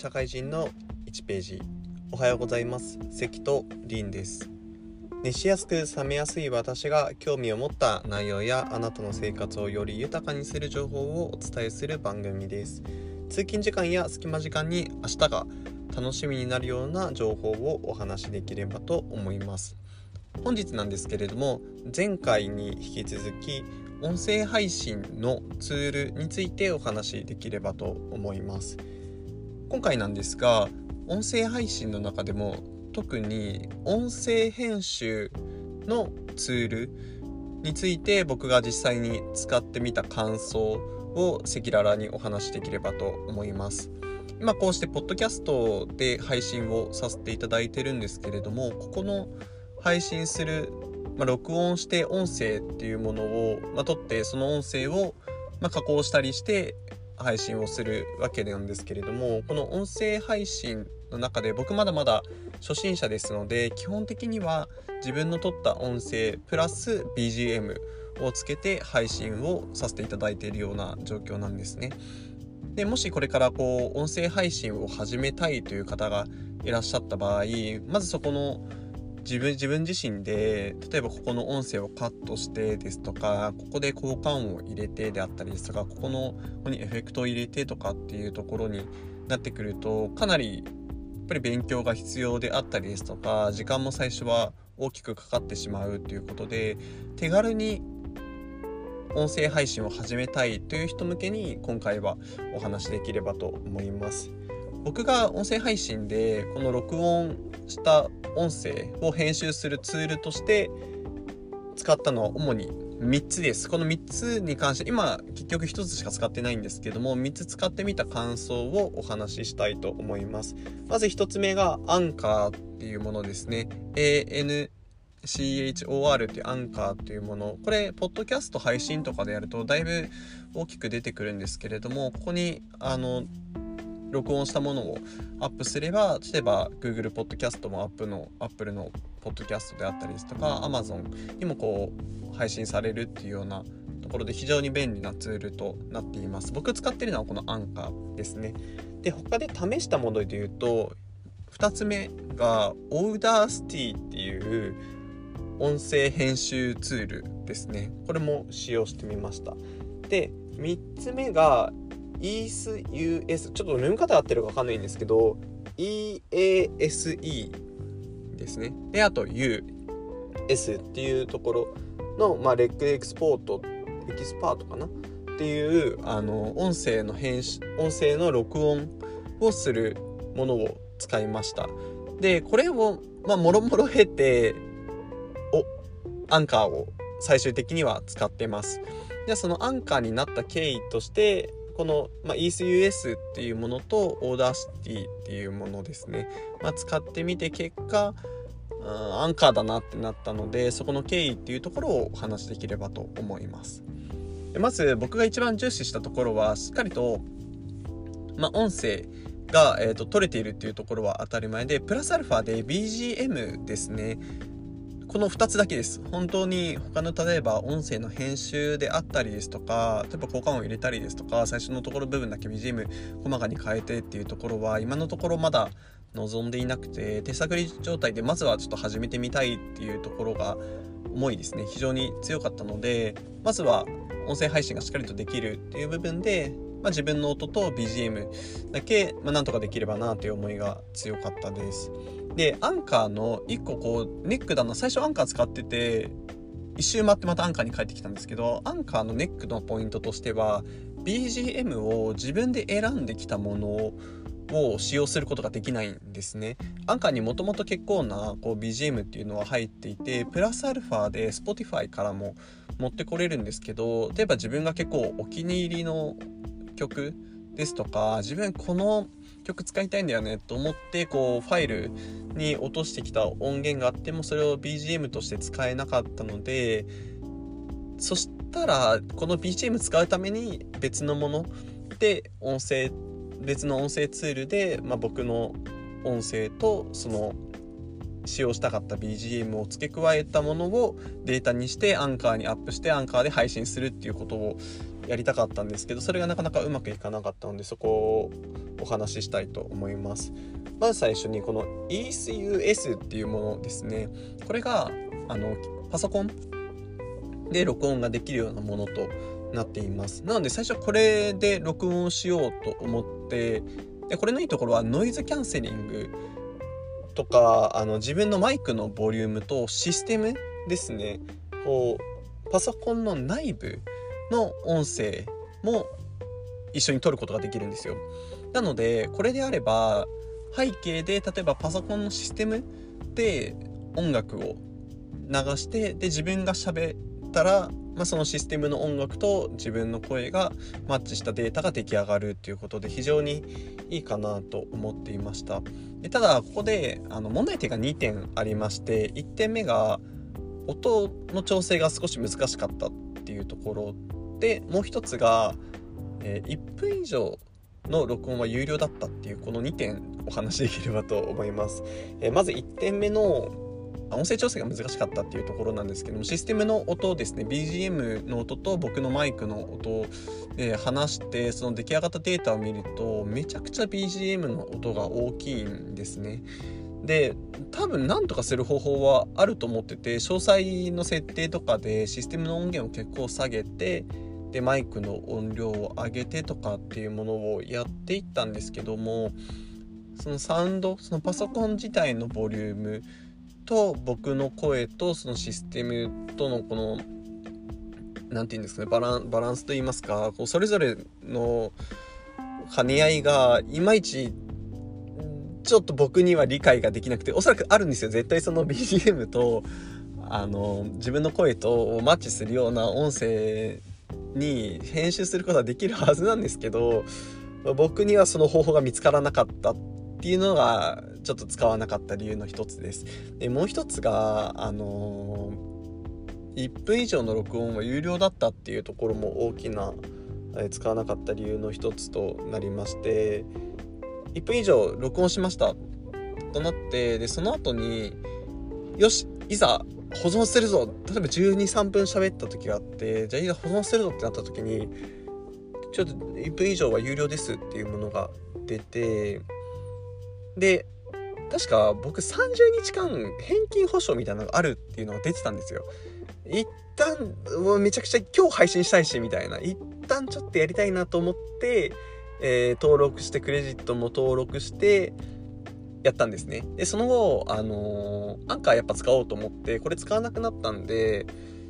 社会人の1ページ。おはようございます。関と凛です。熱しやすく冷めやすい私が興味を持った内容やあなたの生活をより豊かにする情報をお伝えする番組です。通勤時間や隙間時間に明日が楽しみになるような情報をお話しできればと思います。本日なんですけれども、前回に引き続き音声配信のツールについてお話しできればと思います。今回なんですが、音声配信の中でも特に音声編集のツールについて僕が実際に使ってみた感想を赤裸々にお話しできればと思います。今こうしてポッドキャストで配信をさせていただいてるんですけれども、ここの配信する、録音して音声っていうものを、取ってその音声を、加工したりして配信をするわけなんですけれども、この音声配信の中で僕まだまだ初心者ですので、基本的には自分の撮った音声プラス BGM をつけて配信をさせていただいているような状況なんですね。でもしこれから音声配信を始めたいという方がいらっしゃった場合、まずそこの自分自身で、例えばここの音声をカットしてですとか、ここで効果音を入れてであったりですとか、ここにエフェクトを入れてとかっていうところになってくると、かなりやっぱり勉強が必要であったりですとか、時間も最初は大きくかかってしまうということで、手軽に音声配信を始めたいという人向けに今回はお話しできればと思います。僕が音声配信でこの録音した音声を編集するツールとして使ったのは主に3つです。この3つに関して今結局1つしか使ってないんですけども、3つ使ってみた感想をお話ししたいと思います。まず1つ目がアンカーっていうものですね。ANCHOR っていうアンカーっていうもの、これポッドキャスト配信とかでやるとだいぶ大きく出てくるんですけれども、ここに録音したものをアップすれば、例えば Google ポッドキャストもApple のポッドキャストであったりですとか Amazon にも配信されるっていうようなところで非常に便利なツールとなっています。僕使っているのはこのアンカーですね。で、他で試したもので言うと、2つ目が Audacity っていう音声編集ツールですね。これも使用してみました。で、3つ目がEASE、ちょっと読み方合ってるか分かんないんですけど EASE ですね。で、あと US っていうところの、レックエキスパートかなっていう音声の録音をするものを使いました。で、これをもろもろ経てアンカーを最終的には使ってます。じゃあそのアンカーになった経緯としてこの、EASE っていうものと Audacity っていうものですね、使ってみて結果アンカーだなってなったので、そこの経緯っていうところをお話しできればと思います。で、まず僕が一番重視したところは、しっかりと、音声が、取れているっていうところは当たり前で、プラスアルファで BGM ですね。この2つだけです。本当に他の例えば音声の編集であったりですとか、例えば効果音を入れたりですとか、最初のところ部分だけ BGM 細かに変えてっていうところは今のところまだ望んでいなくて、手探り状態でまずはちょっと始めてみたいっていうところが思いですね、非常に強かったので、まずは音声配信がしっかりとできるっていう部分で、自分の音と BGM だけ、なんとかできればなという思いが強かったです。で、アンカーの一個ネックだな、最初アンカー使ってて一周回ってまたアンカーに帰ってきたんですけど、アンカーのネックのポイントとしては BGM を自分で選んできたものを使用することができないんですね。アンカーにもともと結構なBGM っていうのは入っていて、プラスアルファで Spotify からも持ってこれるんですけど、例えば自分が結構お気に入りの曲ですとか、自分この曲使いたいんだよねと思ってファイルに落としてきた音源があっても、それを BGM として使えなかったので、そしたらこの BGM 使うために別のもので別の音声ツールで、僕の音声とその使用したかった BGM を付け加えたものをデータにしてアンカーにアップしてアンカーで配信するっていうことをやりたかったんですけど、それがなかなかうまくいかなかったので、そこをお話ししたいと思います。まず最初にこの ETHUS っていうものですね。これがパソコンで録音ができるようなものとなっています。なので最初これで録音しようと思って、でこれのいいところはノイズキャンセリングとか自分のマイクのボリュームとシステムですね、こうパソコンの内部の音声も一緒に撮ることができるんですよ。なのでこれであれば背景で例えばパソコンのシステムで音楽を流して、で自分が喋ったら、そのシステムの音楽と自分の声がマッチしたデータが出来上がるということで非常にいいかなと思っていました。でただここで問題点が2点ありまして、1点目が音の調整が少し難しかったっていうところで、もう一つが、1分以上の録音は有料だったっていうこの2点お話しできればと思います。まず1点目の音声調整が難しかったっていうところなんですけども、システムの音ですね、 BGM の音と僕のマイクの音を話して、その出来上がったデータを見るとめちゃくちゃ BGM の音が大きいんですね。で多分何とかする方法はあると思ってて、詳細の設定とかでシステムの音源を結構下げて、でマイクの音量を上げてとかっていうものをやっていったんですけども、そのサウンド、そのパソコン自体のボリュームと僕の声とそのシステムとのこのなんていうんですかね、バランスといいますか、こうそれぞれの兼ね合いがいまいちちょっと僕には理解ができなくて、おそらくあるんですよ。絶対その BGM と自分の声とマッチするような音声に編集することはできるはずなんですけど、僕にはその方法が見つからなかったっていうのがちょっと使わなかった理由の一つです。でもう一つが1分以上の録音は有料だったっていうところも大きな使わなかった理由の一つとなりまして、1分以上録音しましたとなって、でその後によしいざ保存するぞ、例えば 12,3 分喋った時があって、じゃあいざ保存するぞってなった時にちょっと1分以上は有料ですっていうものが出て、で確か僕30日間返金保証みたいなのがあるっていうのが出てたんですよ。一旦めちゃくちゃ今日配信したいしみたいな、一旦ちょっとやりたいなと思って、登録してクレジットも登録してやったんですね。でその後アンカーやっぱ使おうと思ってこれ使わなくなったんで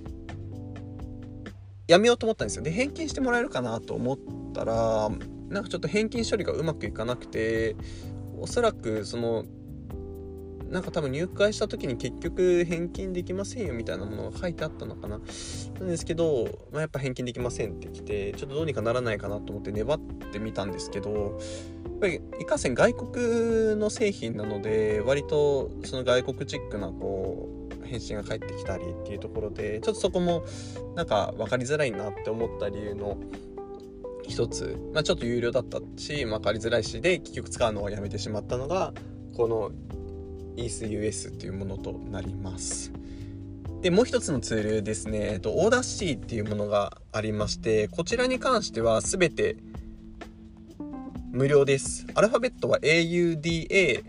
やめようと思ったんですよ。で返金してもらえるかなと思ったらなんかちょっと返金処理がうまくいかなくて、おそらくそのなんか多分入会した時に結局返金できませんよみたいなものが書いてあったのかな、なんですけど、やっぱ返金できませんってきて、ちょっとどうにかならないかなと思って粘ってみたんですけど、やっぱりいかんせん外国の製品なので割とその外国チックなこう返信が返ってきたりっていうところで、ちょっとそこもなんか分かりづらいなって思った理由の一つ、ちょっと有料だったし分かりづらいしで結局使うのをやめてしまったのがこのETHUS っていうものとなります。でもう一つのツールですね、オーダーシティっていうものがありまして、こちらに関しては全て無料です。アルファベットは AUDASITY、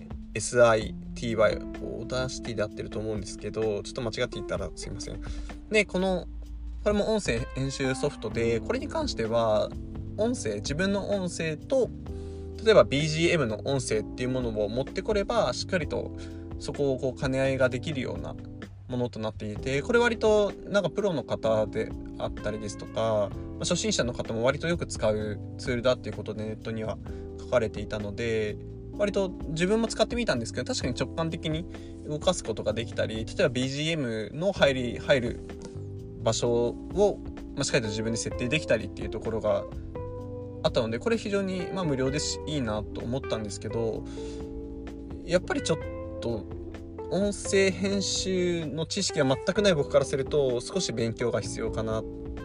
オーダーシティで合ってると思うんですけど、ちょっと間違っていたらすいません。でこれも音声編集ソフトで、これに関しては自分の音声と例えば BGM の音声っていうものを持ってこればしっかりとそこをこう兼ね合いができるようなものとなっていて、これ割となんかプロの方であったりですとか、初心者の方も割とよく使うツールだっていうことでネットには書かれていたので、割と自分も使ってみたんですけど、確かに直感的に動かすことができたり、例えば BGM の入る場所をしっかりと自分で設定できたりっていうところがあったので、これ非常に無料ですしいいなと思ったんですけど、やっぱりちょっと音声編集の知識が全くない僕からすると少し勉強が必要かなっ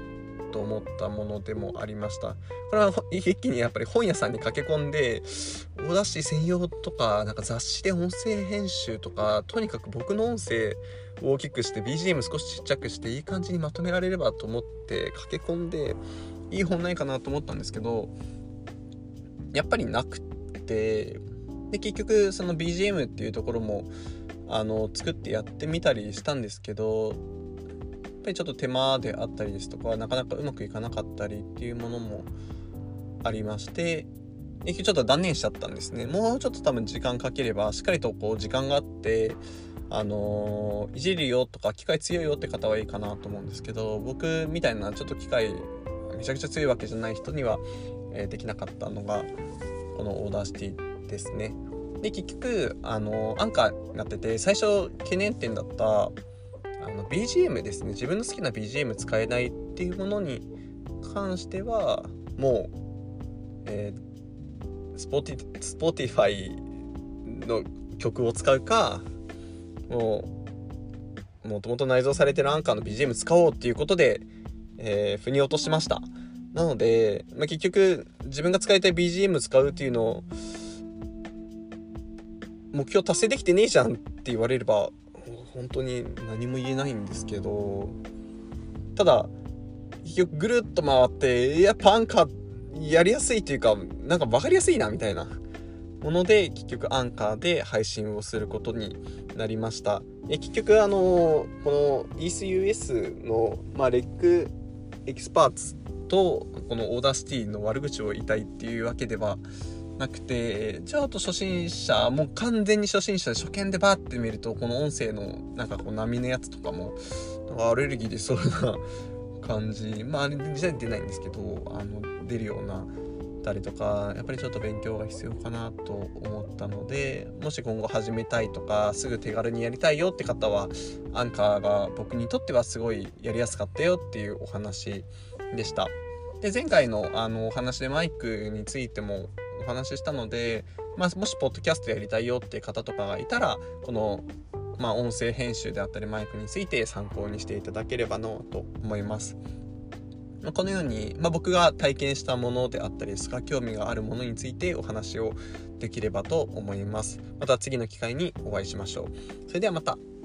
と思ったものでもありました。これは一気にやっぱり本屋さんに駆け込んで、オーダーシティ専用とか、なんか雑誌で音声編集とか、とにかく僕の音声を大きくして BGM 少しちっちゃくしていい感じにまとめられればと思って駆け込んで、いい本ないかなと思ったんですけど、やっぱりなくて、で結局その BGM っていうところも作ってやってみたりしたんですけど、やっぱりちょっと手間であったりですとか、なかなかうまくいかなかったりっていうものもありまして、結局ちょっと断念しちゃったんですね。もうちょっと多分時間かければしっかりとこう時間があっていじるよとか機械強いよって方はいいかなと思うんですけど、僕みたいなちょっと機械めちゃくちゃ強いわけじゃない人には、できなかったのがこのオーダーシティですね。で結局アンカーになってて、最初懸念点だったBGM ですね、自分の好きな BGM 使えないっていうものに関してはもう、Spotify の曲を使うか、もともと内蔵されてるアンカーの BGM 使おうっていうことで、腑に落としました。なので、結局自分が使いたい BGM 使うっていうのを目標達成できてねえじゃんって言われれば本当に何も言えないんですけど、ただ結局ぐるっと回ってやっぱアンカーやりやすいというか、なんか分かりやすいなみたいなもので、結局アンカーで配信をすることになりました。結局この EastUS の、レックエキスパーツとこのオーダーシティの悪口を言いたいっていうわけではなくて、ちょっと初心者、もう完全に初心者で初見でバーって見ると、この音声のなんかこう波のやつとかもなんかアレルギーでそうな感じ、あれ実際出ないんですけど出るようなたりとか、やっぱりちょっと勉強が必要かなと思ったので、もし今後始めたいとかすぐ手軽にやりたいよって方はアンカーが僕にとってはすごいやりやすかったよっていうお話でした。で前回のお話でマイクについてもお話ししたので、もしポッドキャストやりたいよっていう方とかがいたら、この音声編集であったりマイクについて参考にしていただければなと思います。このように、僕が体験したものであったりですか、興味があるものについてお話をできればと思います。また次の機会にお会いしましょう。それではまた。